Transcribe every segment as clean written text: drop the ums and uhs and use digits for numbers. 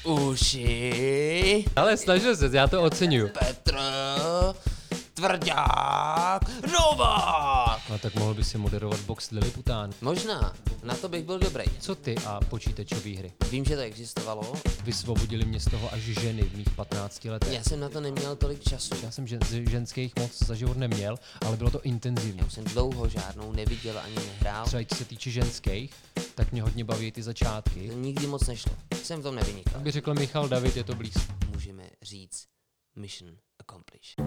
Uši. Ale snažil se, já to oceňuju. Petr. Tvrdák. Novák. A tak mohl by si moderovat box Lillipután. Možná. Na to bych byl dobrý. Co ty a počítačové hry? Vím, že to existovalo. Vysvobodili mě z toho až ženy v mých 15 letech. Já jsem na to neměl tolik času. Já jsem ženských moc za život neměl, ale bylo to intenzivní. Já jsem dlouho žádnou neviděl ani nehrál. Třeba co se týče ženských, tak mě hodně baví ty začátky. Nikdy moc nešlo. Jsem v tom nevynikal. Jak by řekl Michal David, je to blízko. Můžeme říct mission accomplished.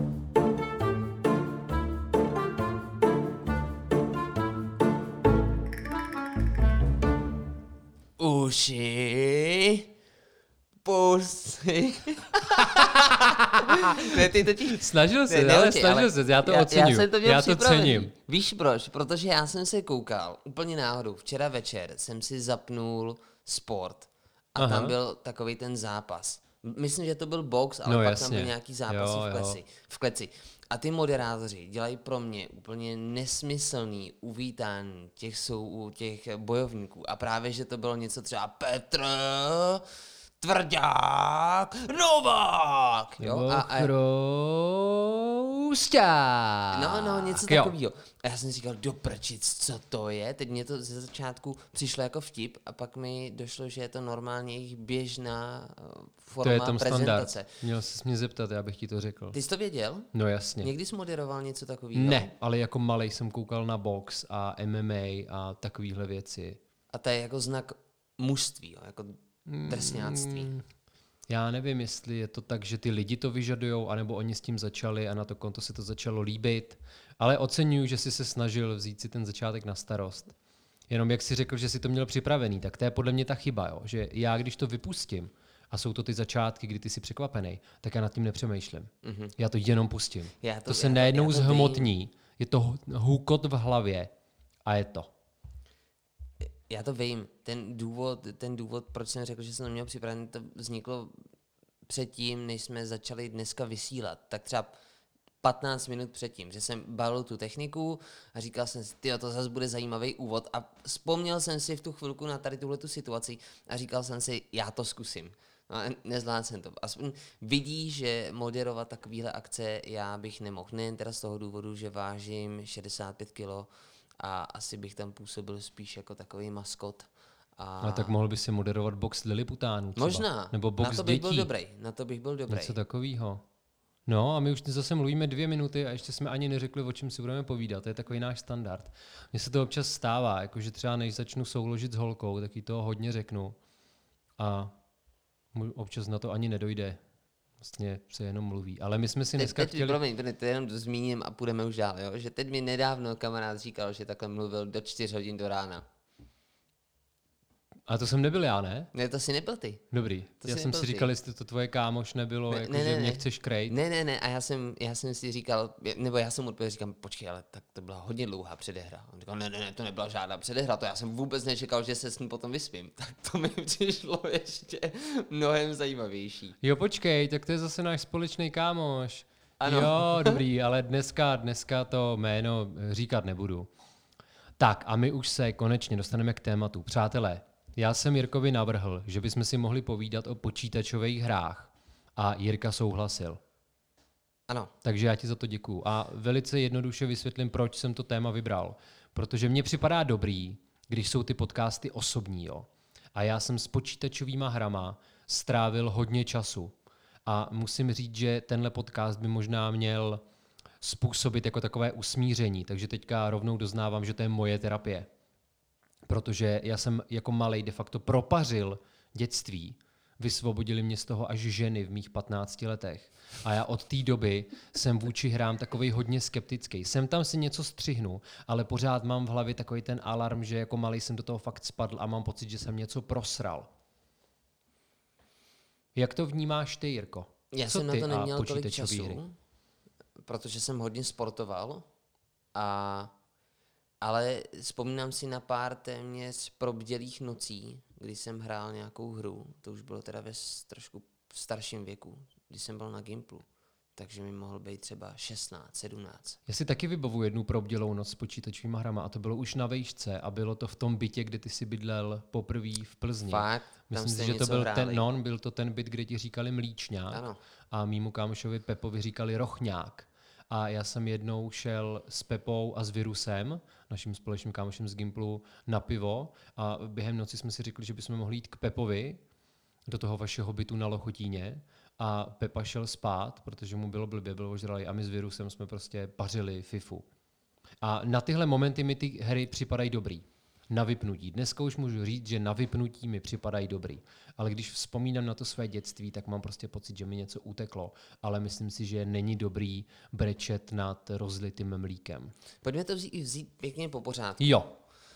Uši. Pusy. Ne, ty totiž... Snažil se, Ne, ale oči, snažil se, já to oceňuju. Já jsem to měl já to připravený. cením. Víš proč? Protože já jsem se koukal úplně náhodou. Včera večer jsem si zapnul sport a Aha. tam byl takový ten zápas. Myslím, že to byl box, ale No, pak jasně. tam byl nějaký zápas Jo. v kleci. A ty moderátoři dělají pro mě úplně nesmyslný uvítání těch bojovníků. A právě, že to bylo něco třeba Petr, Tvrdák, Novák. Jo? Chrousťák. No, něco takového. A já jsem si říkal, do prčic, co to je? Teď mě to ze začátku přišlo jako vtip a pak mi došlo, že je to normálně jejich běžná forma To je tam prezentace. standard. Měl jsi mě zeptat, já bych ti to řekl. Ty jsi to věděl? No jasně. Někdy jsi moderoval něco takového? Ne, ale jako malej jsem koukal na box a MMA a takovéhle věci. A to je jako znak mužství, jo? Jako drsňáctví. Já nevím, jestli je to tak, že ty lidi to vyžadujou, anebo oni s tím začali a na to konto se to začalo líbit. Ale oceňuju, že jsi se snažil vzít si ten začátek na starost. Jenom jak jsi řekl, že jsi to měl připravený, tak to je podle mě ta chyba, jo? Že já, když to vypustím, a jsou to ty začátky, kdy ty jsi překvapený, tak já nad tím nepřemýšlím. Já to jenom pustím. To se najednou zhmotní, je to hůkot v hlavě a je to. Já to vím. Ten důvod, proč jsem řekl, že jsem to měl připravený, to vzniklo předtím, než jsme začali dneska vysílat. Tak třeba 15 minut předtím, že jsem balil tu techniku a říkal jsem si, tyjo, to zase bude zajímavý úvod a vzpomněl jsem si v tu chvilku na tady tuhletu situaci a říkal jsem si, já to zkusím. No a nezvládl jsem to. Aspoň vidí, že moderovat takovéhle akce já bych nemohl. Nejen teda z toho důvodu, že vážím 65 kg a asi bych tam působil spíš jako takový maskot. Ale tak mohl by si moderovat box Lilliputánů třeba. Možná. Nebo box na to bych dětí. byl dobrý. Něco takového. No a my už zase mluvíme 2 minuty a ještě jsme ani neřekli, o čem si budeme povídat. To je takový náš standard. Mně se to občas stává, jakože třeba než začnu souložit s holkou, tak jí toho hodně řeknu. A občas na to ani nedojde. Vlastně se jenom mluví. Ale my jsme si dneska chtěli... Promiň, to jenom zmíním a půjdeme už dál. Jo? Že teď mi nedávno kamarád říkal, že takhle mluvil do 4 hodin do rána. A to jsem nebyl já, ne? Ne, to si nebyl ty. Dobrý. Já jsem si říkal, jestli to tvoje kámoš nebylo, že mě chceš krejt. Ne, a já jsem si říkal, nebo já jsem odpověděl, říkám, počkej, ale tak to byla hodně dlouhá předehra. On říkal, ne, to nebyla žádná předehra, to já jsem vůbec nečekal, že se s ní potom vyspím. Tak to mi přišlo ještě mnohem zajímavější. Jo, počkej, tak to je zase náš společný kámoš. Ano. Jo, dobrý, ale dneska to jméno říkat nebudu. Tak a my už se konečně dostaneme k tématu. Přátelé, já jsem Jirkovi navrhl, že bychom si mohli povídat o počítačových hrách. A Jirka souhlasil. Ano. Takže já ti za to děkuju. A velice jednoduše vysvětlím, proč jsem to téma vybral. Protože mně připadá dobrý, když jsou ty podcasty osobní. Jo. A já jsem s počítačovýma hrama strávil hodně času. A musím říct, že tenhle podcast by možná měl způsobit jako takové usmíření. Takže teďka rovnou doznávám, že to je moje terapie. Protože já jsem jako malej de facto propařil dětství. Vysvobodili mě z toho až ženy v mých 15 letech. A já od té doby jsem vůči hrám takovej hodně skeptický. Sem tam si něco střihnu, ale pořád mám v hlavě takový ten alarm, že jako malej jsem do toho fakt spadl a mám pocit, že jsem něco prosral. Jak to vnímáš ty, Jirko? Já Co jsem na ty to a neměl tolik počítačový času, hry? protože jsem hodně sportoval, ale vzpomínám si na pár téměř probdělých nocí, kdy jsem hrál nějakou hru, to už bylo teda ve trošku starším věku, když jsem byl na Gimplu. takže mi mohl být třeba 16, 17. Já si taky vybavuji jednu proobdělou noc s počítačovýma hrama a to bylo už na vejšce a bylo to v tom bytě, kde ty si bydlel poprvé v Plzni. Fakt? Myslím si, že to byl ten byt, kde ti říkali Mlíčňák Ano. a mýmu kámošovi Pepovi říkali Rochňák. A já jsem jednou šel s Pepou a s Virusem, naším společným kámošem z Gimplu, na pivo a během noci jsme si řekli, že bychom mohli jít k Pepovi do toho vašeho bytu na Lochotíně a Pepa šel spát, protože mu bylo blbě, byl ožralý a my s Virusem jsme prostě pařili FIFU. A na tyhle momenty mi ty hry připadají dobrý. Na vypnutí. Dneska už můžu říct, že na vypnutí mi připadají dobrý. Ale když vzpomínám na to své dětství, tak mám prostě pocit, že mi něco uteklo. Ale myslím si, že není dobrý brečet nad rozlitým mlíkem. Pojďme to vzít pěkně po pořádku. Jo.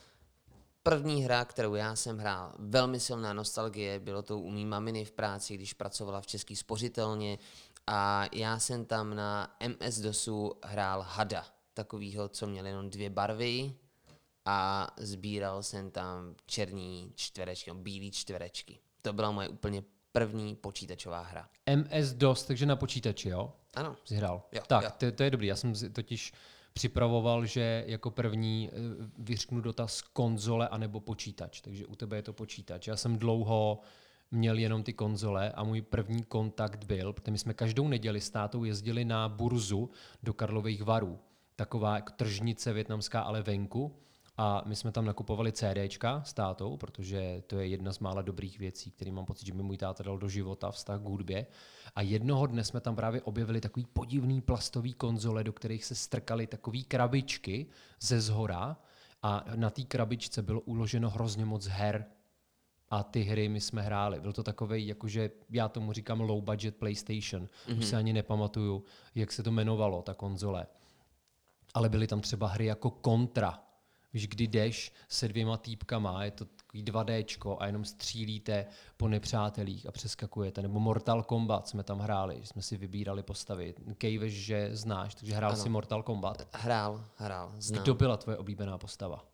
První hra, kterou já jsem hrál, velmi silná nostalgie, bylo to u mý maminy v práci, když pracovala v České spořitelně a já jsem tam na MS-DOSu hrál Hada, takovýho, co měl jenom 2 barvy a sbíral jsem tam černý čtverečky, bílý čtverečky. To byla moje úplně první počítačová hra. MS-DOS, takže na počítači, jo? Ano. Jsi hrál. Jo, tak, jo. To je dobrý. Já jsem totiž připravoval, že jako první vyřknu dotaz konzole anebo počítač. Takže u tebe je to počítač. Já jsem dlouho měl jenom ty konzole a můj první kontakt byl, protože my jsme každou neděli s tátou jezdili na burzu do Karlových Varů. Taková jako tržnice vietnamská, ale venku. A my jsme tam nakupovali CDčka s tátou, protože to je jedna z mála dobrých věcí, které mám pocit, že mi můj táta dal do života, vztah k hudbě. A jednoho dne jsme tam právě objevili takový podivný plastový konzole, do kterých se strkaly takové krabičky ze zhora a na té krabičce bylo uloženo hrozně moc her. A ty hry my jsme hráli. Byl to takovej, jakože já tomu říkám low budget PlayStation. Už se ani nepamatuju, jak se to jmenovalo, ta konzole. Ale byly tam třeba hry jako Contra. Víš, kdy jdeš se 2 týpkama, je to takový 2Dčko a jenom střílíte po nepřátelích a přeskakujete. Nebo Mortal Kombat jsme tam hráli, že jsme si vybírali postavy. Kejveš, že znáš, takže hrál si Mortal Kombat. Hrál, znám. Kdo byla tvoje oblíbená postava?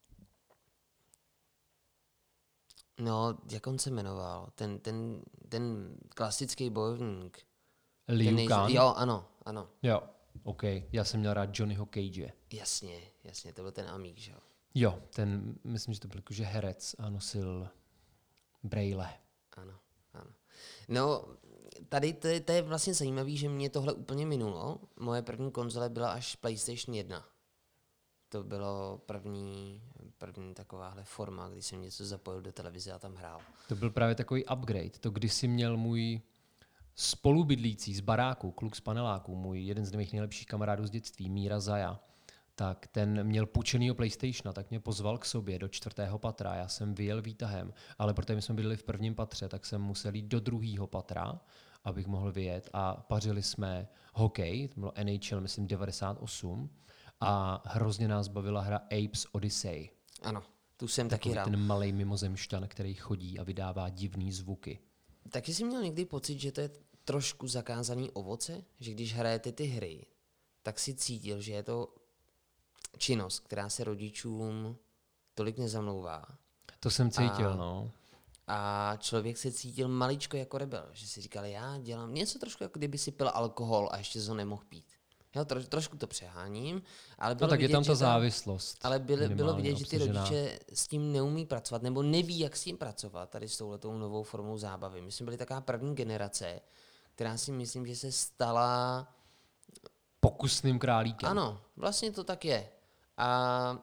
No, jak on se jmenoval? Ten klasický bojovník. Liu Kang? Jo, ano. Jo, OK. Já jsem měl rád Johnnyho Cage. Jasně, to byl ten amík, že jo? Jo, ten, myslím, že to byl jakože herec a nosil brejle. Ano. No, tady to je vlastně zajímavé, že mě tohle úplně minulo. Moje první konzole byla až PlayStation 1. To bylo první takováhle forma, kdy jsem něco zapojil do televize a tam hrál. To byl právě takový upgrade. To kdysi měl můj spolubydlící z baráku, kluk z paneláku, můj jeden z mých nejlepších kamarádů z dětství, Míra Zaja, tak ten měl půjčenýho PlayStationa, tak mě pozval k sobě do 4. patra. Já jsem vyjel výtahem, ale protože my jsme bydleli v 1. patře, tak jsem musel jít do 2. patra, abych mohl vyjet a pařili jsme hokej, to bylo NHL, myslím 98 a hrozně nás bavila hra Apes Odyssey. Ano, tu jsem taky hrál. Ten malej mimozemšťan, který chodí a vydává divný zvuky. Taky jsi měl někdy pocit, že to je trošku zakázaný ovoce? Že když hrajete ty hry, tak si cítil, že je to činnost, která se rodičům tolik nezamlouvá. To jsem cítil, no. A člověk se cítil maličko jako rebel, že si říkal, já dělám něco trošku, jako kdyby si pil alkohol a ještě to nemohl pít. Jo, trošku to přeháním, ale bylo no tak vidět, je tam ta závislost. Ale bylo vidět, že ty obsažená. rodiče s tím neumí pracovat, nebo neví, jak s tím pracovat, tady s touhletou novou formou zábavy. My jsme byli taková první generace, která si myslím, že se stala pokusným králíkem. Ano, vlastně to tak je. A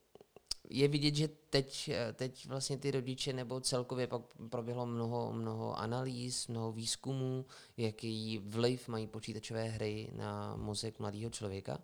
je vidět, že teď vlastně ty rodiče nebo celkově pak proběhlo mnoho analýz, mnoho výzkumů, jaký vliv mají počítačové hry na mozek mladého člověka.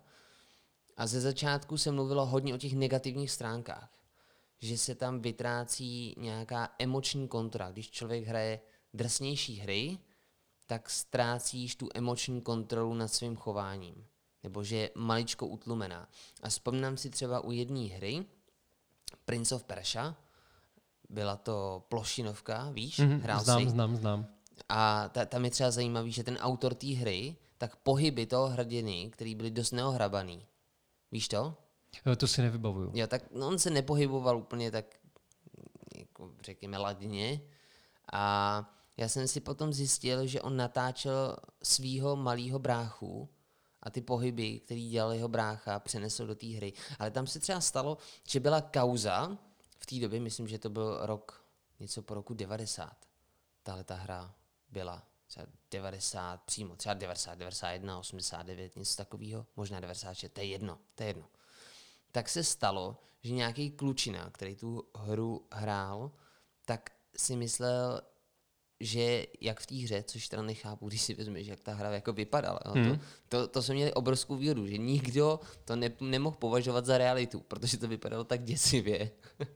A ze začátku se mluvilo hodně o těch negativních stránkách, že se tam vytrácí nějaká emoční kontrola. Když člověk hraje drsnější hry, tak ztrácíš tu emoční kontrolu nad svým chováním. Nebo že je maličko utlumená. A vzpomínám si třeba u jedné hry, Prince of Persia, byla to plošinovka, víš? Hrál jsi? Znám. A tam je třeba zajímavý, že ten autor té hry, tak pohyby toho hrdiny, který byly dost neohrabaný. Víš to? To si nevybavuju. Jo, tak on se nepohyboval úplně tak, jako řekněme, ladně. A Já jsem si potom zjistil, že on natáčel svýho malého bráchu a ty pohyby, který dělal jeho brácha, přenesl do té hry. Ale tam se třeba stalo, že byla kauza, v té době, myslím, že to byl rok, něco po roku 90. Tahle ta hra byla třeba 90, přímo třeba 90, 91, 89, něco takového, možná 96, to je jedno. Tak se stalo, že nějaký klučina, který tu hru hrál, tak si myslel, že jak v té hře, což teda nechápu, když si vezmeš, jak ta hra jako vypadala. To jsme měli obrovskou výhodu, že nikdo to nemohl považovat za realitu, protože to vypadalo tak děsivě.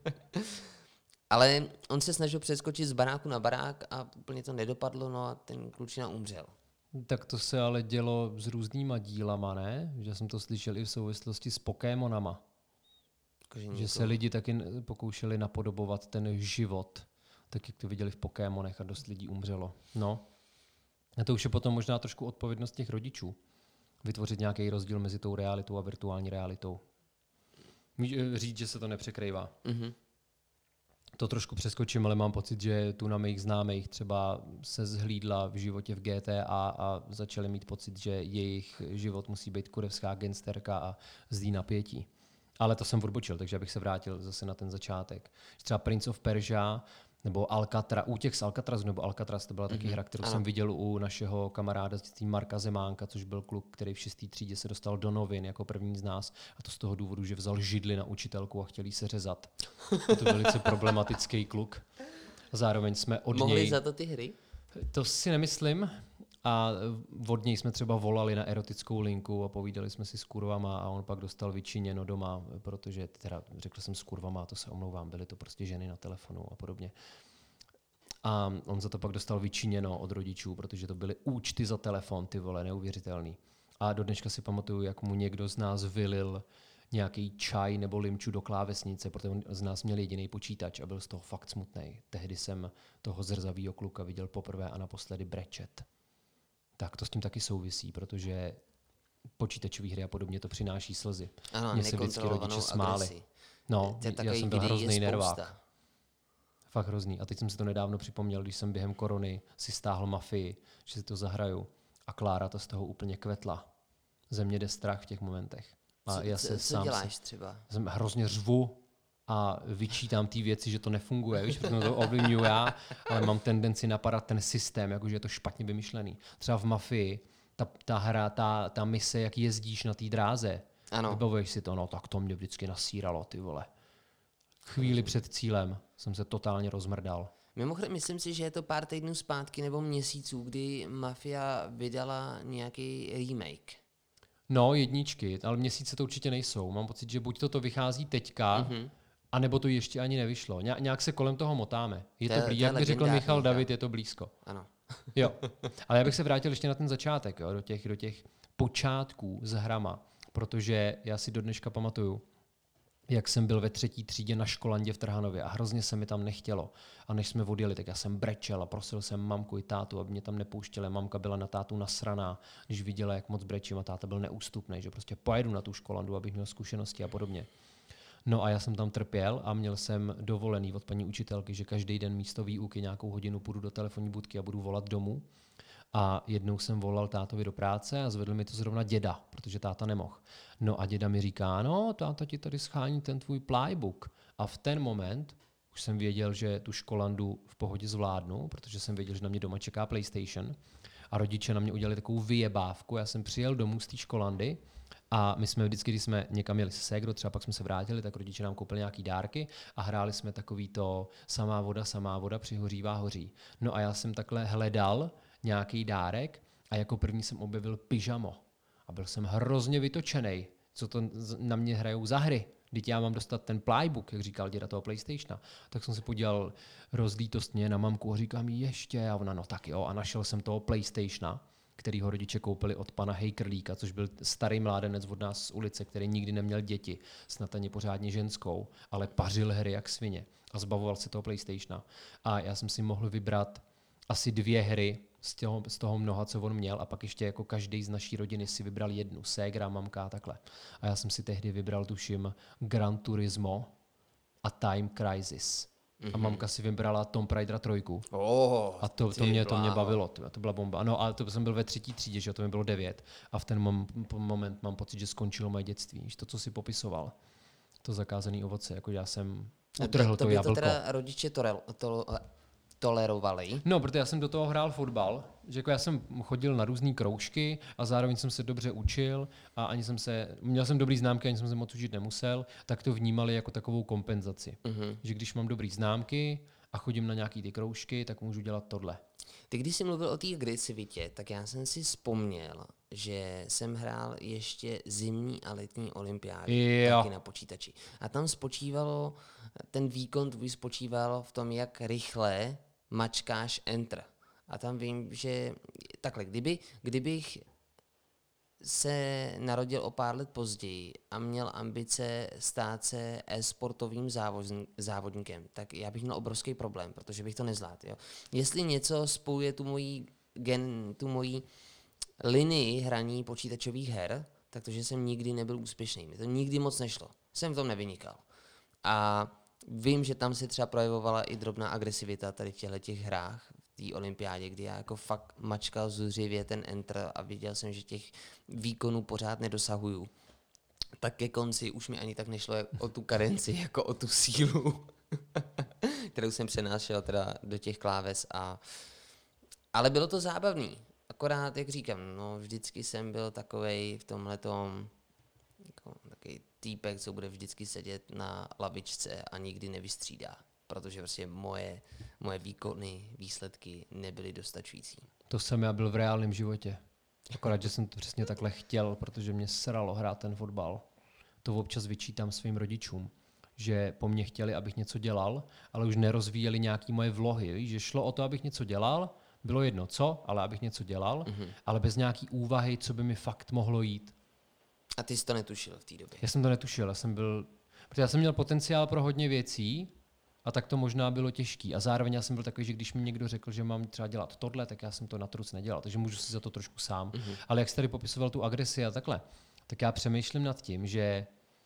Ale on se snažil přeskočit z baráku na barák a úplně to nedopadlo, no a ten klučina umřel. Tak to se ale dělo s různýma dílama, ne? Že jsem to slyšel i v souvislosti s Pokémonama. Že se lidi taky pokoušeli napodobovat ten život, tak jak to viděli v Pokémonech a dost lidí umřelo. No. A to už je potom možná trošku odpovědnost těch rodičů. Vytvořit nějaký rozdíl mezi tou realitou a virtuální realitou. Říct, že se to nepřekrývá. Mm-hmm. To trošku přeskočím, ale mám pocit, že tu na mých známých třeba se zhlídla v životě v GTA a začali mít pocit, že jejich život musí být kurevská gangsterka a zdí napětí. Ale to jsem odbočil, takže abych se vrátil zase na ten začátek. Třeba Prince of Persia nebo Útěk z Alcatrazu, nebo Alcatraz, to byla taky hra, kterou jsem viděl u našeho kamaráda z dětství Marka Zemánka, což byl kluk, který v 6. třídě se dostal do novin jako první z nás. A to z toho důvodu, že vzal židli na učitelku a chtěl jí se řezat. To byl velice problematický kluk. Zároveň jsme od něj... Mohli za to ty hry? To si nemyslím. A od něj jsme třeba volali na erotickou linku a povídali jsme si s kurvama a on pak dostal vyčiněno doma, protože teda řekl jsem s kurvama, to se omlouvám, byly to prostě ženy na telefonu a podobně. A on za to pak dostal vyčiněno od rodičů, protože to byly účty za telefon, ty vole, neuvěřitelný. A do dneška si pamatuju, jak mu někdo z nás vylil nějaký čaj nebo limču do klávesnice, protože on z nás měl jediný počítač a byl z toho fakt smutnej. Tehdy jsem toho zrzavýho kluka viděl poprvé a naposledy brečet. Tak to s tím taky souvisí, protože počítačové hry a podobně to přináší slzy. Ano, mně se vždycky rodiče smáli. No, já jsem byl hrozný nervák. Fakt hrozný. A teď jsem si to nedávno připomněl, když jsem během korony si stáhl Mafii, že si to zahraju. A Klára to z toho úplně kvetla. Ze mě jde strach v těch momentech. A co děláš třeba? Jsem hrozně řvu a vyčítám ty věci, že to nefunguje, víš, protože to ovlivňuji já, ale mám tendenci napadat ten systém, jakože je to špatně vymyšlený. Třeba v Mafii, ta hra, ta mise, jak jezdíš na té dráze, vybavuješ si to, no tak to mě vždycky nasíralo, ty vole. Chvíli před cílem jsem se totálně rozmrdal. Mimochodem, myslím si, že je to pár týdnů zpátky nebo měsíců, kdy Mafia vydala nějaký remake. No, jedničky, ale měsíce to určitě nejsou. Mám pocit, že buď to vychází teďka, anebo to ještě ani nevyšlo. Nějak se kolem toho motáme. Je to jak by řekl Michal David, je to blízko. Ano. Jo, ale já bych se vrátil ještě na ten začátek, jo, do těch počátků s hrama, protože já si do dneška pamatuju, jak jsem byl ve 3. třídě na školandě v Trhanově a hrozně se mi tam nechtělo. A než jsme odjeli, tak já jsem brečel a prosil jsem mamku i tátu, aby mě tam nepouštěli. Mamka byla na tátu nasraná, když viděla, jak moc brečím, a táta byl neústupný, že prostě pojedu na tu školandu, abych měl zkušenosti a podobně. No a já jsem tam trpěl a měl jsem dovolený od paní učitelky, že každý den místo výuky nějakou hodinu půjdu do telefonní budky a budu volat domů. A jednou jsem volal tátovi do práce a zvedl mi to zrovna děda, protože táta nemohl. No a děda mi říká, no táta ti tady schání ten tvůj playbook. A v ten moment už jsem věděl, že tu školandu v pohodě zvládnu, protože jsem věděl, že na mě doma čeká PlayStation. A rodiče na mě udělali takovou vyjebávku. Já jsem přijel domů z té školandy a my jsme vždycky, když jsme někam jeli se ségro, třeba pak jsme se vrátili, tak rodiče nám koupili nějaký dárky a hráli jsme takový to samá voda, přihořívá hoří. No a já jsem takhle hledal nějaký dárek a jako první jsem objevil pyžamo. A byl jsem hrozně vytočenej, co to na mě hrajou za hry. Vždyť já mám dostat ten playbook, jak říkal děda toho PlayStationa. Tak jsem se podíval rozlítostně na mamku a říkám jí ještě. A ona, no tak jo. A našel jsem toho PlayStationa, kterýho rodiče koupili od pana Hejkrlíka, což byl starý mládenec od nás z ulice, který nikdy neměl děti, snad ani pořádně ženskou, ale pařil hry jak svině a zbavoval se toho PlayStationa. A já jsem si mohl vybrat asi 2 hry z toho mnoha, co on měl, a pak ještě jako každý z naší rodiny si vybral jednu, ségra, mamka a takhle. A já jsem si tehdy vybral, tuším, Gran Turismo a Time Crisis. A mamka si vybrala Tomb Raidera 3. A to mě bavilo, to byla bomba. No a to jsem byl ve 3. třídě, že to mi bylo 9. A v ten moment mám pocit, že skončilo moje dětství. Že to, co si popisoval, to zakázané ovoce, jako já jsem utrhl to jablko. To teda rodiče tolerovali? No, protože já jsem do toho hrál fotbal, že jako já jsem chodil na různé kroužky a zároveň jsem se dobře učil a měl jsem dobrý známky, ani jsem se moc učit nemusel, tak to vnímali jako takovou kompenzaci. Že když mám dobrý známky a chodím na nějaký ty kroužky, tak můžu dělat tohle. Ty, když jsi mluvil o té agresivitě, tak já jsem si vzpomněl, že jsem hrál ještě zimní a letní olympiády taky na počítači. A tam ten výkon tvůj spočíval v tom, jak rychle mačkáš Enter. A tam vím, že takhle, kdybych se narodil o pár let později a měl ambice stát se e-sportovým závodníkem, tak já bych měl obrovský problém, protože bych to nezvládl. Jo? Jestli něco spojuje tu moji linii hraní počítačových her, tak to, že jsem nikdy nebyl úspěšný. Mi to nikdy moc nešlo. Jsem v tom nevynikal. A vím, že tam se třeba projevovala i drobná agresivita tady v těchto hrách, v té olympiádě, kdy já jako fakt mačkal zuřivě ten enter a viděl jsem, že těch výkonů pořád nedosahuju. Tak ke konci už mi ani tak nešlo o tu kadenci, jako o tu sílu, kterou jsem přenášel teda do těch kláves. Ale bylo to zábavný. Akorát, jak říkám, no vždycky jsem byl takovej v tomhletom jako takový týpek, co bude vždycky sedět na lavičce a nikdy nevystřídá, protože prostě moje výkony, výsledky nebyly dostačující. To jsem já byl v reálném životě. Akorát, že jsem to přesně takhle chtěl, protože mě sralo hrát ten fotbal. To občas vyčítám svým rodičům, že po mně chtěli, abych něco dělal, ale už nerozvíjeli nějaký moje vlohy. Že šlo o to, abych něco dělal, bylo jedno co, ale abych něco dělal, ale bez nějaký úvahy, co by mi fakt mohlo jít. A ty jsi to netušil v té době? Já jsem to netušil, protože já jsem měl potenciál pro hodně věcí a tak to možná bylo těžký. A zároveň já jsem byl takový, že když mi někdo řekl, že mám třeba dělat tohle, tak já jsem to na truc nedělal, takže můžu si za to trošku sám. Ale jak jsi tady popisoval tu agresi a takhle, tak já přemýšlím nad tím, že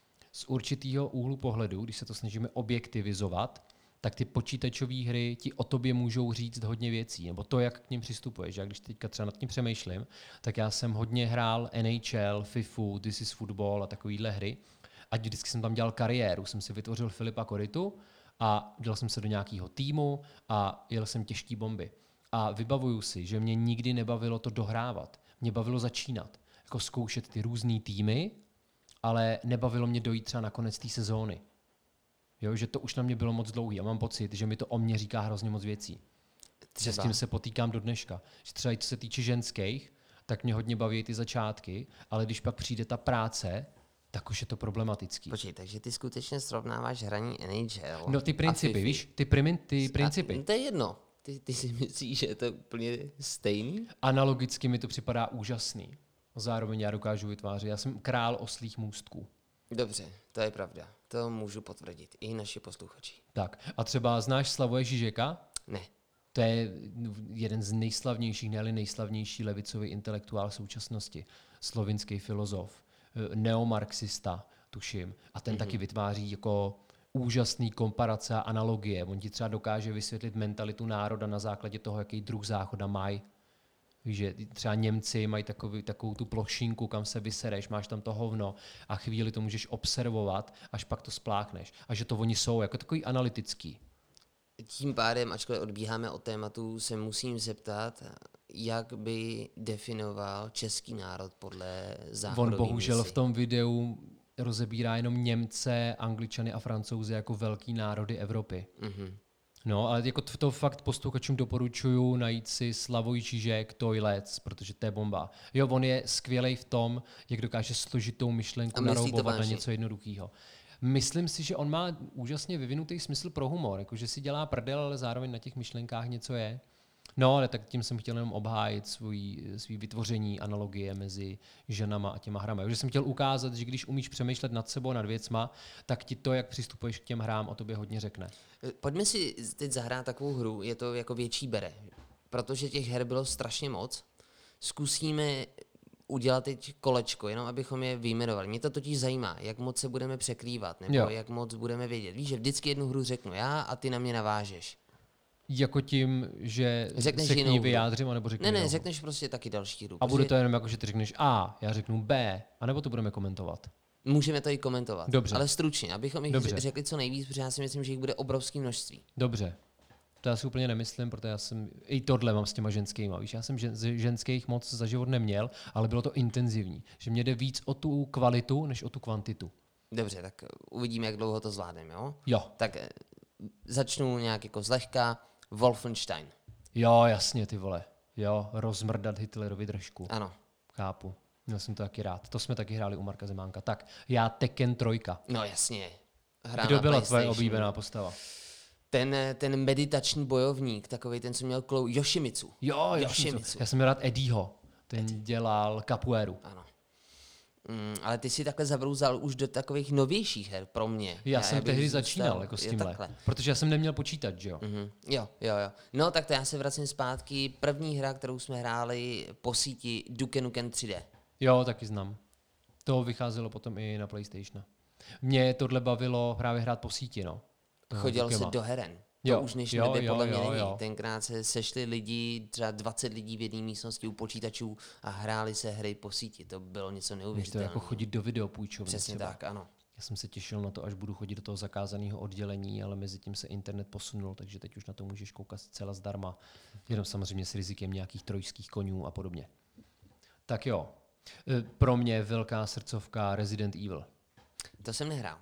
z určitého úhlu pohledu, když se to snažíme objektivizovat, tak ty počítačové hry ti o tobě můžou říct hodně věcí, nebo to, jak k ním přistupuješ. Já když teďka třeba nad tím přemýšlím, tak já jsem hodně hrál NHL, FIFU, This is Football a takovýhle hry. A vždycky jsem tam dělal kariéru, jsem si vytvořil Filipa Koritu a dělal jsem se do nějakého týmu a jel jsem těžký bomby. A vybavuju si, že mě nikdy nebavilo to dohrávat. Mě bavilo začínat, jako zkoušet ty různý týmy, ale nebavilo mě dojít třeba na konec té sezóny. Jo, že to už na mě bylo moc dlouhý a mám pocit, že mi to o mě říká hrozně moc věcí. Že s tím se potýkám do dneška. Že třeba co se týče ženských, tak mě hodně baví ty začátky, ale když pak přijde ta práce, tak už je to problematický. Počkej, takže ty skutečně srovnáváš hraní NHL. No ty principy, víš? Ty principy. To je jedno. Ty si myslíš, že je to úplně stejný? Analogicky mi to připadá úžasný. Zároveň já dokážu vytvářet. Já jsem král oslích můstků. Dobře, to je pravda. To můžu potvrdit. I naši posluchači. Tak. A třeba znáš Slavoje Žižeka? Ne. To je jeden z nejslavnějších, ne-li nejslavnější levicový intelektuál současnosti. Slovinský filozof, neomarxista, tuším. A ten taky vytváří jako úžasný komparace a analogie. On ti třeba dokáže vysvětlit mentalitu národa na základě toho, jaký druh záchoda mají. Že třeba Němci mají takovou tu plošinku, kam se vysereš, máš tam to hovno a chvíli to můžeš observovat, až pak to spláchneš. A že to oni jsou jako takový analytický. Tím pádem, ačkoliv odbíháme od tématu, se musím zeptat, jak by definoval český národ podle záchodový On bohužel misi. v tom videu rozebírá jenom Němce, Angličany a Francouze jako velký národy Evropy. No, ale jako to fakt posluchačům doporučuju najít si Slavoj Žižek Toilets, protože to je bomba. Jo, on je skvělej v tom, jak dokáže složitou myšlenku naroubovat na něco jednoduchého. Myslím si, že on má úžasně vyvinutý smysl pro humor, jakože si dělá prdel, ale zároveň na těch myšlenkách něco je. No, ale tak tím jsem chtěl jenom obhájit svý vytvoření analogie mezi ženama a těma hrama. Takže jsem chtěl ukázat, že když umíš přemýšlet nad sebou, nad věcma, tak ti to, jak přistupuješ k těm hrám, o tobě hodně řekne. Pojďme si teď zahrát takovou hru, je to jako větší bere, protože těch her bylo strašně moc. Zkusíme udělat teď kolečko, jenom abychom je vyjmenovali. Mě to totiž zajímá, jak moc se budeme překrývat, nebo jak moc budeme vědět. Víš, že vždycky jednu hru řeknu já a ty na mě navážeš. Jako tím, že řekneš se k ní vyjádřím, anebo řeknu Ne, řekneš prostě taky další hru. A bude to jenom jako, že ty řekneš A, já řeknu B, anebo to budeme komentovat? Můžeme to i komentovat. Dobře. Ale stručně, abychom jich řekli co nejvíc, protože já si myslím, že jich bude obrovské množství. Dobře. To já si úplně nemyslím, protože já jsem i tohle mám s těma ženskýma. Víš, já jsem ženských moc za život neměl, ale bylo to intenzivní. Že mě jde víc o tu kvalitu, než o tu kvantitu. Dobře, tak uvidíme, jak dlouho to zvládneme, jo? Jo. Tak začnu nějak jako zlehka. Wolfenstein. Jo, jasně, ty vole. Jo, rozmrdat Hitlerovi držku. Ano. Chápu. Měl jsem to taky rád. To jsme taky hráli u Marka Zemánka. Tak, já Tekken 3. No jasně. Kdo byla tvoje oblíbená postava? Ten meditační bojovník, takovej ten, co měl klou, Yoshimitsu. Jo, Yoshimitsu. Já jsem měl rád Eddieho. Ten dělal capoeiru. Ano. Ale ty si takhle zabrouzal už do takových novějších her pro mě. Já jsem tehdy začínal jako s tímhle, protože já jsem neměl počítač, že jo? Jo. No tak to já se vracím zpátky. První hra, kterou jsme hráli po síti, Duke Nukem 3D. Jo, taky znám. To vycházelo potom i na PlayStation. Mě tohle bavilo právě hrát po síti, no. Chodilo se do heren. To už dnešní době podle mě není. Tenkrát se sešli lidi, třeba 20 lidí v jedné místnosti u počítačů a hráli se hry po síti. To bylo něco neuvěřitelného. To jako chodit do videopůjčovny. Přesně třeba. Tak, ano. Já jsem se těšil na to, až budu chodit do toho zakázaného oddělení, ale mezi tím se internet posunul, takže teď už na to můžeš koukat zcela zdarma. Jenom samozřejmě s rizikem nějakých trojských konňů a podobně. Tak jo. Pro mě velká srdcovka Resident Evil. To jsem nehrál.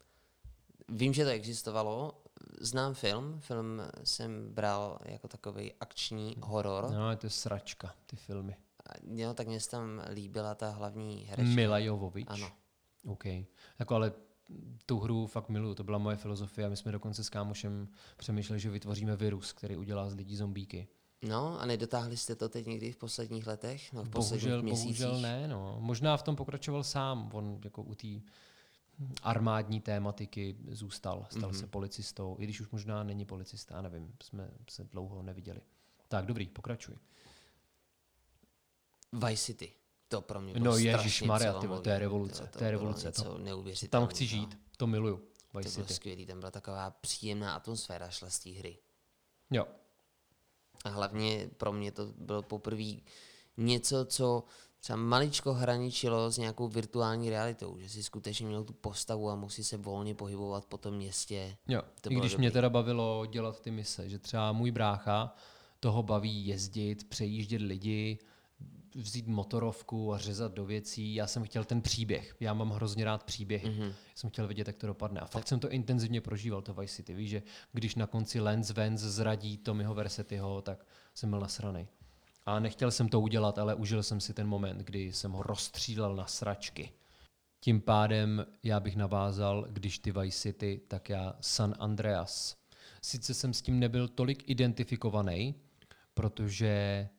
Vím, že to existovalo. Znám film jsem bral jako takový akční horor. No, to je sračka, ty filmy. Jo, tak mě se tam líbila ta hlavní herečka. Mila Jovovič. Ano. OK. Jako, ale tu hru fakt miluju, to byla moje filozofie a my jsme dokonce s kámošem přemýšleli, že vytvoříme virus, který udělá z lidí zombíky. No a nedotáhli jste to teď někdy v posledních letech? No, v posledních měsících? Bohužel ne, no. Možná v tom pokračoval sám, on jako u té armádní tématiky zůstal, stal se policistou, i když už možná není policista, nevím, jsme se dlouho neviděli. Tak, dobrý, pokračuj. Vice City, to pro mě bylo ježišmarja, to je revoluce. To je revoluce. To neuvěřitelné. Tam chci žít, to miluju. Vice City. To bylo skvělý, tam byla taková příjemná atmosféra, šla z té hry. Jo. A hlavně pro mě to bylo poprvé něco, co třeba maličko hraničilo s nějakou virtuální realitou, že si skutečně měl tu postavu a musí se volně pohybovat po tom městě. Jo, i když mě teda bavilo dělat ty mise, že třeba můj brácha toho baví jezdit, přejíždět lidi, vzít motorovku a řezat do věcí. Já jsem chtěl ten příběh. Já mám hrozně rád příběhy. Já jsem chtěl vidět, jak to dopadne. A fakt jsem to intenzivně prožíval, to Vice City. Víš, že když na konci Lance Vance zradí Tommyho Versettiho, tak jsem byl nasranej. A nechtěl jsem to udělat, ale užil jsem si ten moment, kdy jsem ho rozstřílel na sračky. Tím pádem já bych navázal, když ty Vice City, tak já San Andreas. Sice jsem s tím nebyl tolik identifikovaný, protože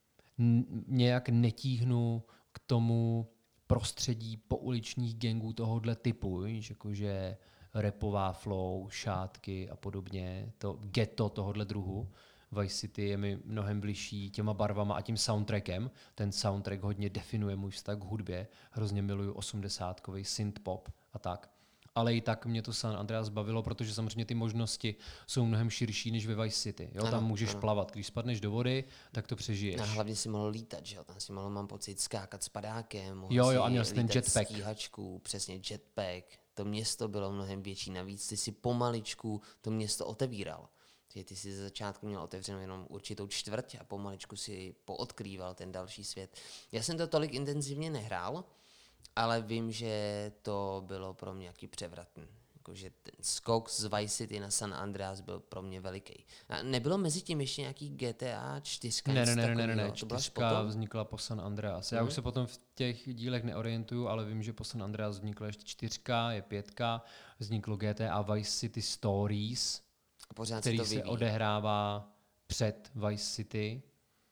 nějak netíhnu k tomu prostředí pouličních gangů tohohle typu, víš, jakože rapová flow, šátky a podobně, to ghetto tohohle druhu. Vice City je mi mnohem bližší těma barvama a tím soundtrackem. Ten soundtrack hodně definuje můj vztah k hudbě. Hrozně miluju 80kový synth-pop a tak. Ale i tak mě to San Andreas bavilo, protože samozřejmě ty možnosti jsou mnohem širší než ve Vice City. Jo? Tam můžeš plavat. Když spadneš do vody, tak to přežiješ. A hlavně si mohl lítat, že jo? Tam si mohl, mám pocit, skákat s padákem. Jo, a měl jsi ten jetpack. Stíhačku, přesně jetpack. To město bylo mnohem větší. Navíc ty si pomaličku to město otevíral. Že ty si ze začátku měl otevřenou jenom určitou čtvrť a pomaličku si poodkrýval ten další svět. Já jsem to tolik intenzivně nehrál, ale vím, že to bylo pro mě nějaký převratný. Jakože ten skok z Vice City na San Andreas byl pro mě veliký. A nebylo mezi tím ještě nějaký GTA 4? Ne. 4 vznikla po San Andreas. Já už se potom v těch dílech neorientuju, ale vím, že po San Andreas vznikla ještě 4, je 5, vzniklo GTA Vice City Stories, který se odehrává před Vice City.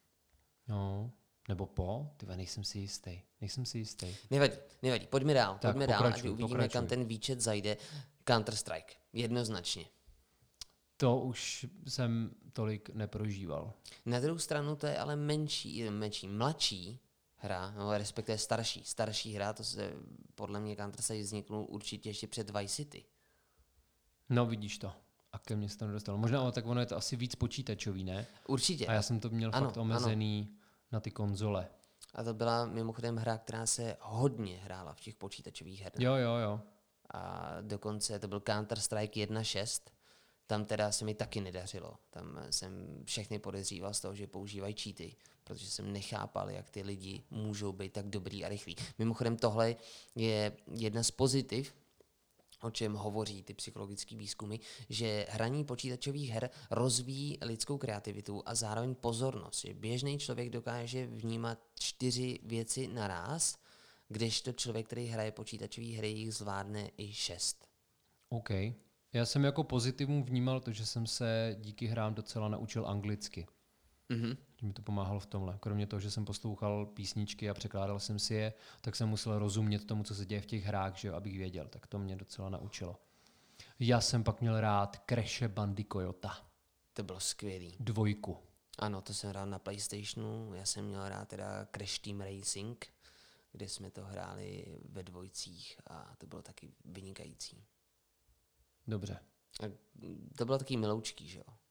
No, nebo po? Tyva, nejsem si jistý. Nevadí. Pojďme dál, ať uvidíme, kam ten výčet zajde. Counter-Strike, jednoznačně. To už jsem tolik neprožíval. Na druhou stranu to je ale mladší hra, no respektive starší hra, to se podle mě Counter-Strike vzniknul určitě ještě před Vice City. No vidíš to. A ke mně se to nedostalo. Možná, tak ono je to asi víc počítačový, ne? Určitě. A já jsem to měl fakt omezený na ty konzole. A to byla mimochodem hra, která se hodně hrála v těch počítačových hrách. Jo. A dokonce to byl Counter-Strike 1.6. Tam teda se mi taky nedařilo. Tam jsem všechny podezříval z toho, že používají cheaty, protože jsem nechápal, jak ty lidi můžou být tak dobrý a rychlí. Mimochodem tohle je jedna z pozitiv, o čem hovoří ty psychologické výzkumy, že hraní počítačových her rozvíjí lidskou kreativitu a zároveň pozornost. Že běžný člověk dokáže vnímat 4 věci naráz, kdežto člověk, který hraje počítačové hry, jich zvládne i 6. OK. Já jsem jako pozitivum vnímal to, že jsem se díky hrám docela naučil anglicky. Mhm. Mi to pomáhalo v tomhle. Kromě toho, že jsem poslouchal písničky a překládal jsem si je, tak jsem musel rozumět tomu, co se děje v těch hrách, že jo, abych věděl. Tak to mě docela naučilo. Já jsem pak měl rád Crashe Bandicoota. To bylo skvělý. 2. Ano, to jsem hrál na PlayStationu. Já jsem měl rád teda Crash Team Racing, kde jsme to hráli ve dvojcích a to bylo taky vynikající. Dobře. A to bylo taky miloučký, že jo?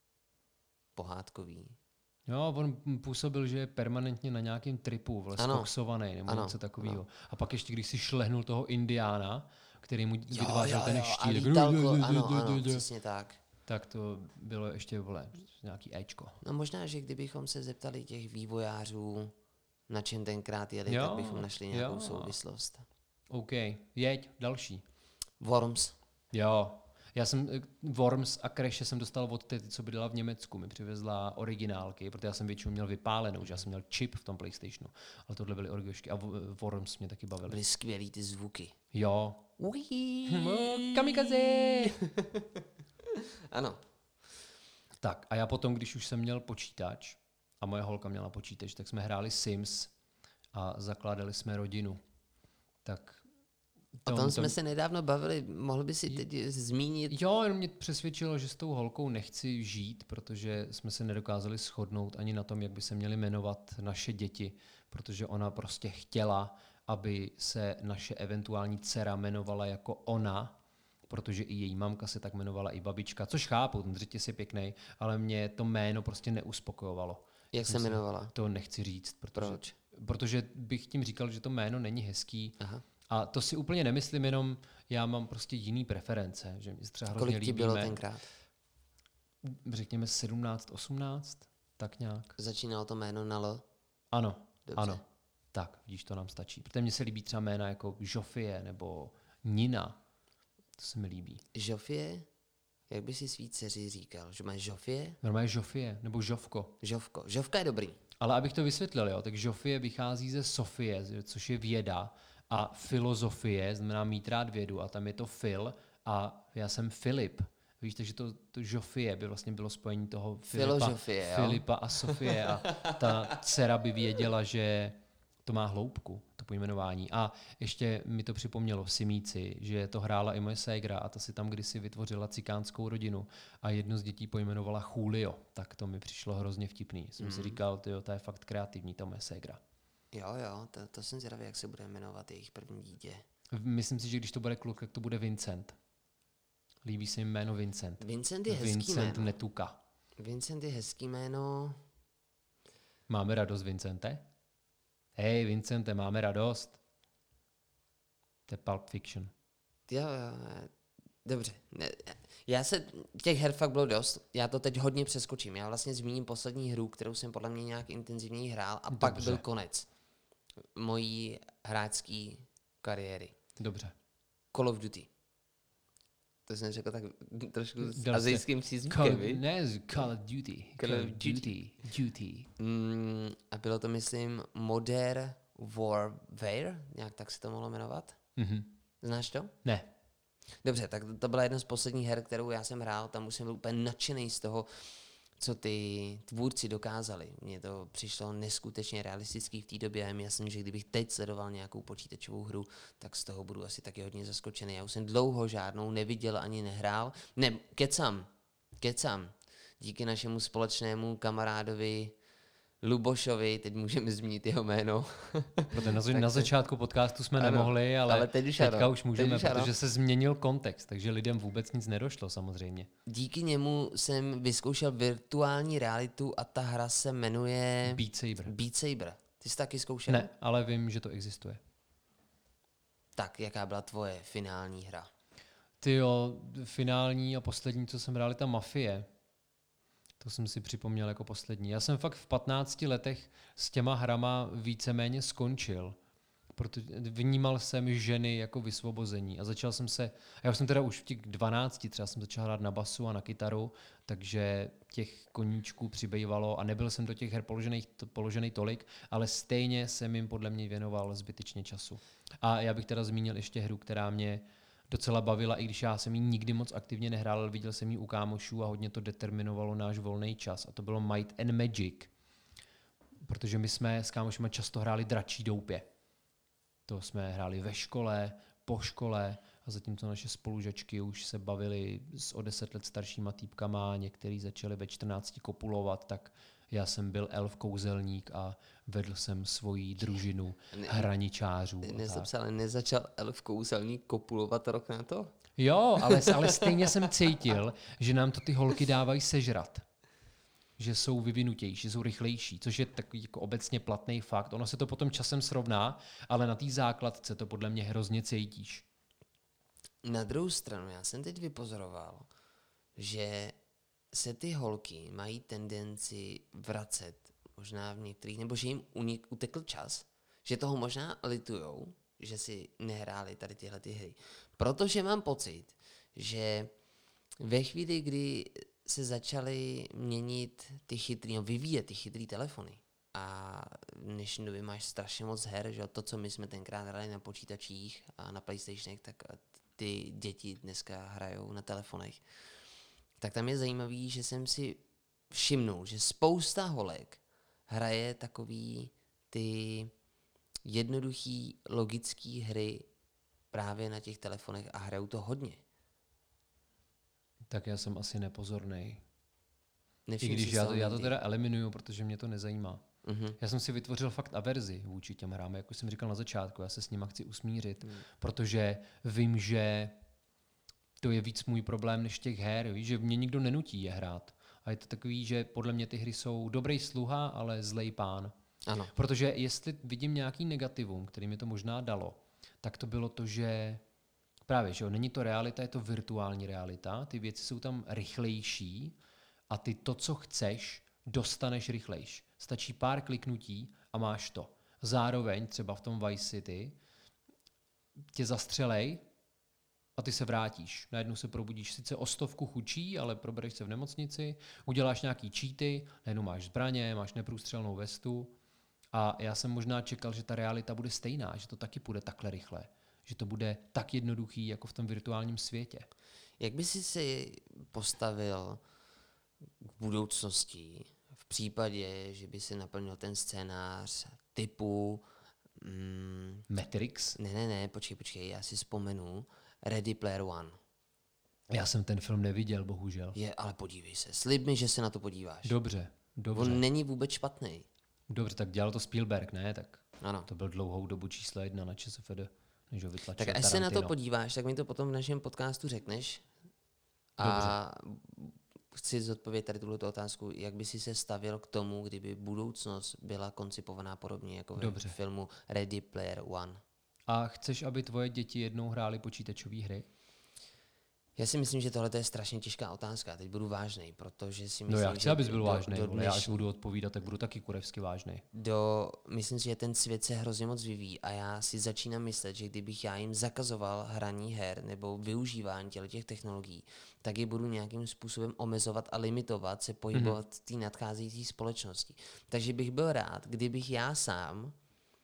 Pohádkový. Jo, on působil, že je permanentně na nějakém tripu, vlastně skoksovaný nebo něco takového. A pak ještě, když si šlehnul toho Indiána, který mu vytvářel ten štít. Ano, přesně tak. Tak to bylo ještě, nějaký Ečko. No možná, že kdybychom se zeptali těch vývojářů, na čem tenkrát jeli, tak bychom našli nějakou souvislost. OK, jeď, další. Worms. Jo, já jsem Worms a Crashe jsem dostal od tety, co bydlela v Německu. Mi přivezla originálky, protože já jsem většinou měl vypálenou, že já jsem měl čip v tom PlayStationu. Ale tohle byly origošky a Worms mě taky bavily. Byly skvělý ty zvuky. Jo. Kamikaze! Ano. Tak a já potom, když už jsem měl počítač a moje holka měla počítač, tak jsme hráli Sims a zakládali jsme rodinu. Tak O tom jsme se nedávno bavili, mohl by si teď zmínit? Jo, jenom mě přesvědčilo, že s tou holkou nechci žít, protože jsme se nedokázali shodnout ani na tom, jak by se měly jmenovat naše děti, protože ona prostě chtěla, aby se naše eventuální dcera jmenovala jako ona, protože i její mamka se tak jmenovala, i babička, což chápu, ten řetěz je pěkný, ale mě to jméno prostě neuspokojovalo. Jak se jmenovala? To nechci říct. Proč? Protože bych tím říkal, že to jméno není hezký. Aha. A to si úplně nemyslím, jenom já mám prostě jiný preference. Že mě třeba hrozně Kolik ti bylo tenkrát? Řekněme 17, 18, tak nějak. Začínalo to jméno na L? Ano, dobře. Ano. Tak, vidíš, to nám stačí. Protože mně se líbí třeba jména jako Žofie nebo Nina. To se mi líbí. Žofie? Jak by si svý dceři říkal? Že máš Žofie? Normálně Žofie nebo Žovko. Žovko. Žovka je dobrý. Ale abych to vysvětlil, jo, tak Žofie vychází ze Sofie, což je věda, a filozofie znamená mít rád vědu a tam je to Phil a já jsem Filip. Víš, takže to Žofie by vlastně bylo spojení toho Filipa a Sofie a ta dcera by věděla, že to má hloubku, to pojmenování. A ještě mi to připomnělo v Simíci, že to hrála i moje ségra a ta si tam kdysi vytvořila cikánskou rodinu a jedno z dětí pojmenovala Julio, tak to mi přišlo hrozně vtipný. Jsem si říkal, tyjo, to je fakt kreativní, ta moje ségra. Jo, to jsem zvědavý, jak se bude jmenovat jejich první dítě. Myslím si, že když to bude kluk, tak to bude Vincent. Líbí se jim jméno Vincent. Vincent je hezký Vincent jméno. Netuka. Vincent je hezký jméno. Máme radost, Vincente? Hej, Vincente, máme radost. To je Pulp Fiction. Jo, dobře. Těch her fakt bylo dost. Já to teď hodně přeskočím. Já vlastně zmíním poslední hru, kterou jsem podle mě nějak intenzivněji hrál a pak byl konec mojí hráčské kariéry. Dobře. Call of Duty. To jsem řekl tak trošku s asijským přízvukem, Call of Duty. Call of Duty. A bylo to, myslím, Modern Warfare, nějak tak se to mohlo jmenovat. Mm-hmm. Znáš to? Ne. Dobře, tak to byla jedna z posledních her, kterou já jsem hrál, tam už jsem byl úplně nadšený z toho, co ty tvůrci dokázali. Mně to přišlo neskutečně realistický v té době a je mi jasný, že kdybych teď sledoval nějakou počítačovou hru, tak z toho budu asi taky hodně zaskočený. Já už jsem dlouho žádnou neviděl ani nehrál. Kecam. Díky našemu společnému kamarádovi Lubošovi, teď můžeme zmínit jeho jméno. Protože na začátku podcastu jsme nemohli, ale teďka už můžeme, protože se změnil kontext, takže lidem vůbec nic nedošlo samozřejmě. Díky němu jsem vyzkoušel virtuální realitu a ta hra se jmenuje Beat Saber. Ty jsi taky zkoušel? Ne, ale vím, že to existuje. Tak, jaká byla tvoje finální hra? Tyjo, finální a poslední, co jsem hrál, je ta Mafie. To jsem si připomněl jako poslední. Já jsem fakt v 15 letech s těma hrama víceméně skončil. Protože vnímal jsem ženy jako vysvobození a začal jsem se, já už jsem teda už v těch 12 třeba jsem začal hrát na basu a na kytaru, takže těch koníčků přibývalo a nebyl jsem do těch her položený tolik, ale stejně jsem jim podle mě věnoval zbytečně času. A já bych teda zmínil ještě hru, která mě docela bavila, i když já jsem ji nikdy moc aktivně nehrál, ale viděl jsem ji u kámošů a hodně to determinovalo náš volný čas. A to bylo Might and Magic, protože my jsme s kámošima často hráli Dračí doupě. To jsme hráli ve škole, po škole a zatímco naše spolužačky už se bavily s o 10 let staršíma týpkama, některý začali ve 14 kopulovat, tak já jsem byl elf kouzelník a vedl jsem svoji družinu hraničářů. Nezačal elf kouzelník kopulovat rok na to? Jo, ale stejně jsem cítil, že nám to ty holky dávají sežrat. Že jsou vyvinutější, že jsou rychlejší, což je takový jako obecně platný fakt. Ono se to potom časem srovná, ale na té základce to podle mě hrozně cítíš. Na druhou stranu, já jsem teď vypozoroval, že se ty holky mají tendenci vracet možná v některých, nebo že jim utekl čas, že toho možná litujou, že si nehráli tady tyhle ty hry. Protože mám pocit, že ve chvíli, kdy se začaly měnit vyvíjet ty chytrý telefony a v dnešní době máš strašně moc her, že to, co my jsme tenkrát hrali na počítačích a na PlayStationech, tak ty děti dneska hrajou na telefonech. Tak tam je zajímavý, že jsem si všimnul, že spousta holek hraje takový ty jednoduchý logický hry právě na těch telefonech a hrajou to hodně. Tak já jsem asi nepozornej. I když já to teda eliminuju, protože mě to nezajímá. Uh-huh. Já jsem si vytvořil fakt averzi vůči těm hrám, jak už jsem říkal na začátku, já se s nima chci usmířit, protože vím, že to je víc můj problém než těch her, víš, že mě nikdo nenutí je hrát. A je to takový, že podle mě ty hry jsou dobrý sluha, ale zlej pán. Ano. Protože jestli vidím nějaký negativum, který mi to možná dalo, tak to bylo to, že právě, že jo, není to realita, je to virtuální realita, ty věci jsou tam rychlejší a ty to, co chceš, dostaneš rychlejš. Stačí pár kliknutí a máš to. Zároveň třeba v tom Vice City tě zastřelej a ty se vrátíš. Najednou se probudíš sice o 100 chudší, ale probereš se v nemocnici, uděláš nějaký cheaty, najednou máš zbraně, máš neprůstřelnou vestu a já jsem možná čekal, že ta realita bude stejná, že to taky půjde takhle rychle. Že to bude tak jednoduchý, jako v tom virtuálním světě. Jak by si se postavil k budoucnosti v případě, že by se naplnil ten scénář typu... Matrix? Ne, počkej, já si vzpomenu. Ready Player One. Já jsem ten film neviděl, bohužel. Ale podívej se, slib mi, že se na to podíváš. Dobře. On není vůbec špatný. Dobře, tak dělal to Spielberg, ne? Tak ano. To byl dlouhou dobu číslo 1 na ČSFD. Tak až se na to podíváš, tak mi to potom v našem podcastu řekneš. A chci zodpovědět tady tuto otázku, jak by si se stavil k tomu, kdyby budoucnost byla koncipovaná podobně jako ve filmu Ready Player One. A chceš, aby tvoje děti jednou hrály počítačové hry? Já si myslím, že tohle je strašně těžká otázka. Teď budu vážnej, protože si myslím, no já chci, abys byl vážnej, já až budu odpovídat, tak budu taky kurevsky vážnej. Myslím si, že ten svět se hrozně moc vyvíjí a já si začínám myslet, že kdybych já jim zakazoval hraní her nebo využívání těch technologií, tak je budu nějakým způsobem omezovat a limitovat se pohybovat v té nadcházející společnosti. Takže bych byl rád, kdybych já sám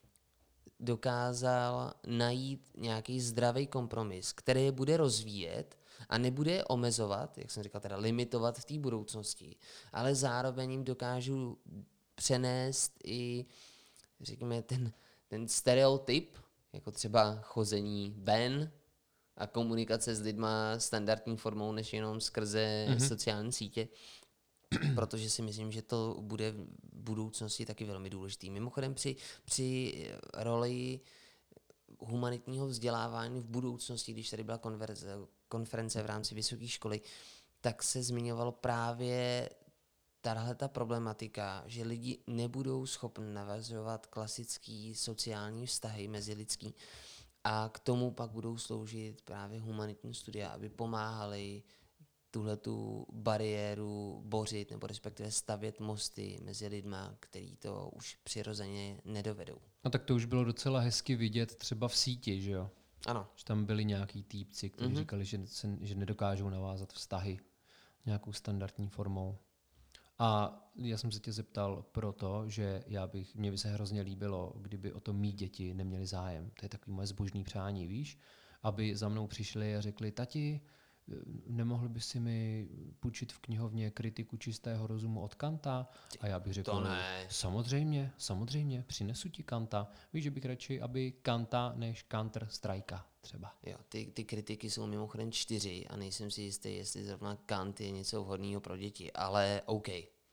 dokázal najít nějaký zdravý kompromis, který je bude rozvíjet a nebude je omezovat, jak jsem říkal, teda limitovat v té budoucnosti, ale zároveň jim dokážu přenést i, řekněme, ten stereotyp, jako třeba chození ven a komunikace s lidma standardní formou, než jenom skrze sociální sítě, protože si myslím, že to bude v budoucnosti taky velmi důležitý. Mimochodem při roli humanitního vzdělávání v budoucnosti, když tady byla konference v rámci vysoké školy, tak se zmiňovalo právě tahleta problematika, že lidi nebudou schopni navazovat klasický sociální vztahy mezilidský a k tomu pak budou sloužit právě humanitní studia, aby pomáhali tuhletu bariéru bořit nebo respektive stavět mosty mezi lidma, který to už přirozeně nedovedou. No tak to už bylo docela hezky vidět třeba v síti, že jo? Ano. Že tam byli nějaký týpci, kteří říkali, že nedokážou navázat vztahy nějakou standardní formou. A já jsem se tě zeptal proto, že mě by se hrozně líbilo, kdyby o to mý děti neměli zájem. To je takový moje zbožný přání, víš? Aby za mnou přišli a řekli, tati, nemohl by si mi půjčit v knihovně kritiku čistého rozumu od Kanta? A já bych řekl, samozřejmě, přinesu ti Kanta. Víš, že bych radši, aby Kanta než Counter-Strike třeba. Jo, ty kritiky jsou mimochodem 4 a nejsem si jistý, jestli zrovna Kant je něco vhodného pro děti, ale OK.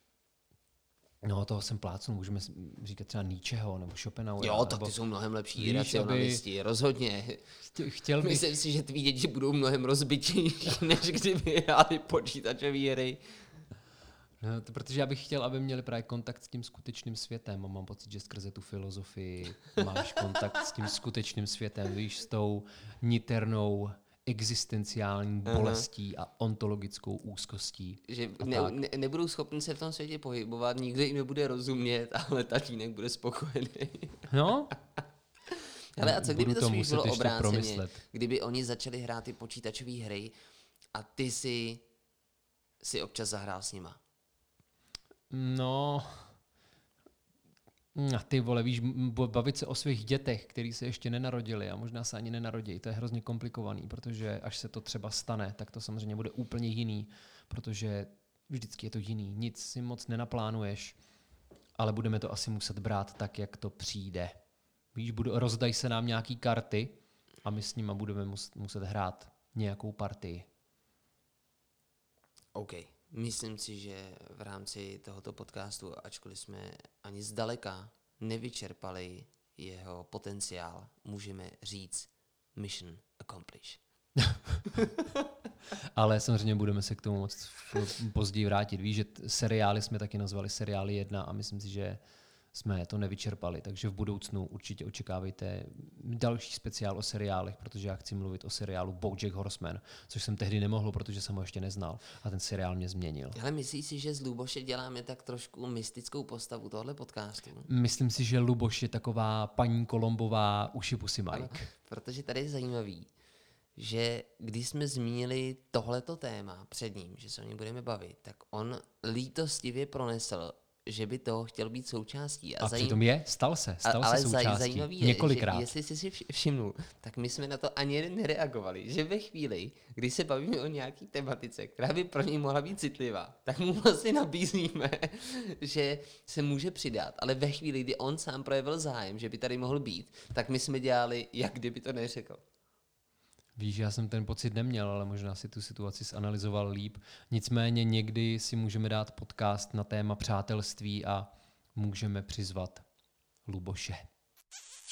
No, toho jsem plácnul, můžeme říkat třeba Nietzscheho nebo Schopenhauera. Jo, tak ty jsou mnohem lepší racionalisti, rozhodně. Myslím si, že tvý děti budou mnohem rozbitější, než kdyby hráli počítačové hry. No, protože já bych chtěl, aby měli právě kontakt s tím skutečným světem a mám pocit, že skrze tu filozofii máš kontakt s tím skutečným světem, víš, s tou niternou existenciální bolestí a ontologickou úzkostí. Že nebudou schopni se v tom světě pohybovat, nikdo jim nebude rozumět, ale tatínek bude spokojený. No. Ale a co kdyby to spíš bylo obráceně? Kdyby oni začali hrát ty počítačové hry a ty si občas zahrál s nima? No, a ty vole, víš, bavit se o svých dětech, který se ještě nenarodili a možná se ani nenarodí, to je hrozně komplikovaný, protože až se to třeba stane, tak to samozřejmě bude úplně jiný, protože vždycky je to jiný, nic si moc nenaplánuješ, ale budeme to asi muset brát tak, jak to přijde. Víš, rozdají se nám nějaký karty a my s nima budeme muset hrát nějakou partii. OK. Myslím si, že v rámci tohoto podcastu, ačkoliv jsme ani zdaleka nevyčerpali jeho potenciál, můžeme říct mission accomplished. Ale samozřejmě budeme se k tomu moc později vrátit. Víš, že seriály jsme taky nazvali seriály 1 a myslím si, že jsme to nevyčerpali, takže v budoucnu určitě očekávejte další speciál o seriálech, protože já chci mluvit o seriálu BoJack Horseman, což jsem tehdy nemohl, protože jsem ho ještě neznal a ten seriál mě změnil. Ale myslíš si, že z Luboše děláme tak trošku mystickou postavu tohle podcastu? Myslím si, že Luboš je taková paní Kolombová uši pusy Mike. Protože tady je zajímavý, že když jsme zmínili tohleto téma před ním, že se o něm budeme bavit, tak on lítostivě pronesl, že by toho chtěl být součástí. A přitom stal se součástí zajímavý několikrát. Je, jestli jsi si všimnul, tak my jsme na to ani nereagovali, že ve chvíli, kdy se bavíme o nějaký tematice, která by pro něj mohla být citlivá, tak mu vlastně nabízíme, že se může přidat, ale ve chvíli, kdy on sám projevil zájem, že by tady mohl být, tak my jsme dělali, jak kdyby to neřekl. Víš, já jsem ten pocit neměl, ale možná si tu situaci zanalyzoval líp. Nicméně někdy si můžeme dát podcast na téma přátelství a můžeme přizvat Luboše.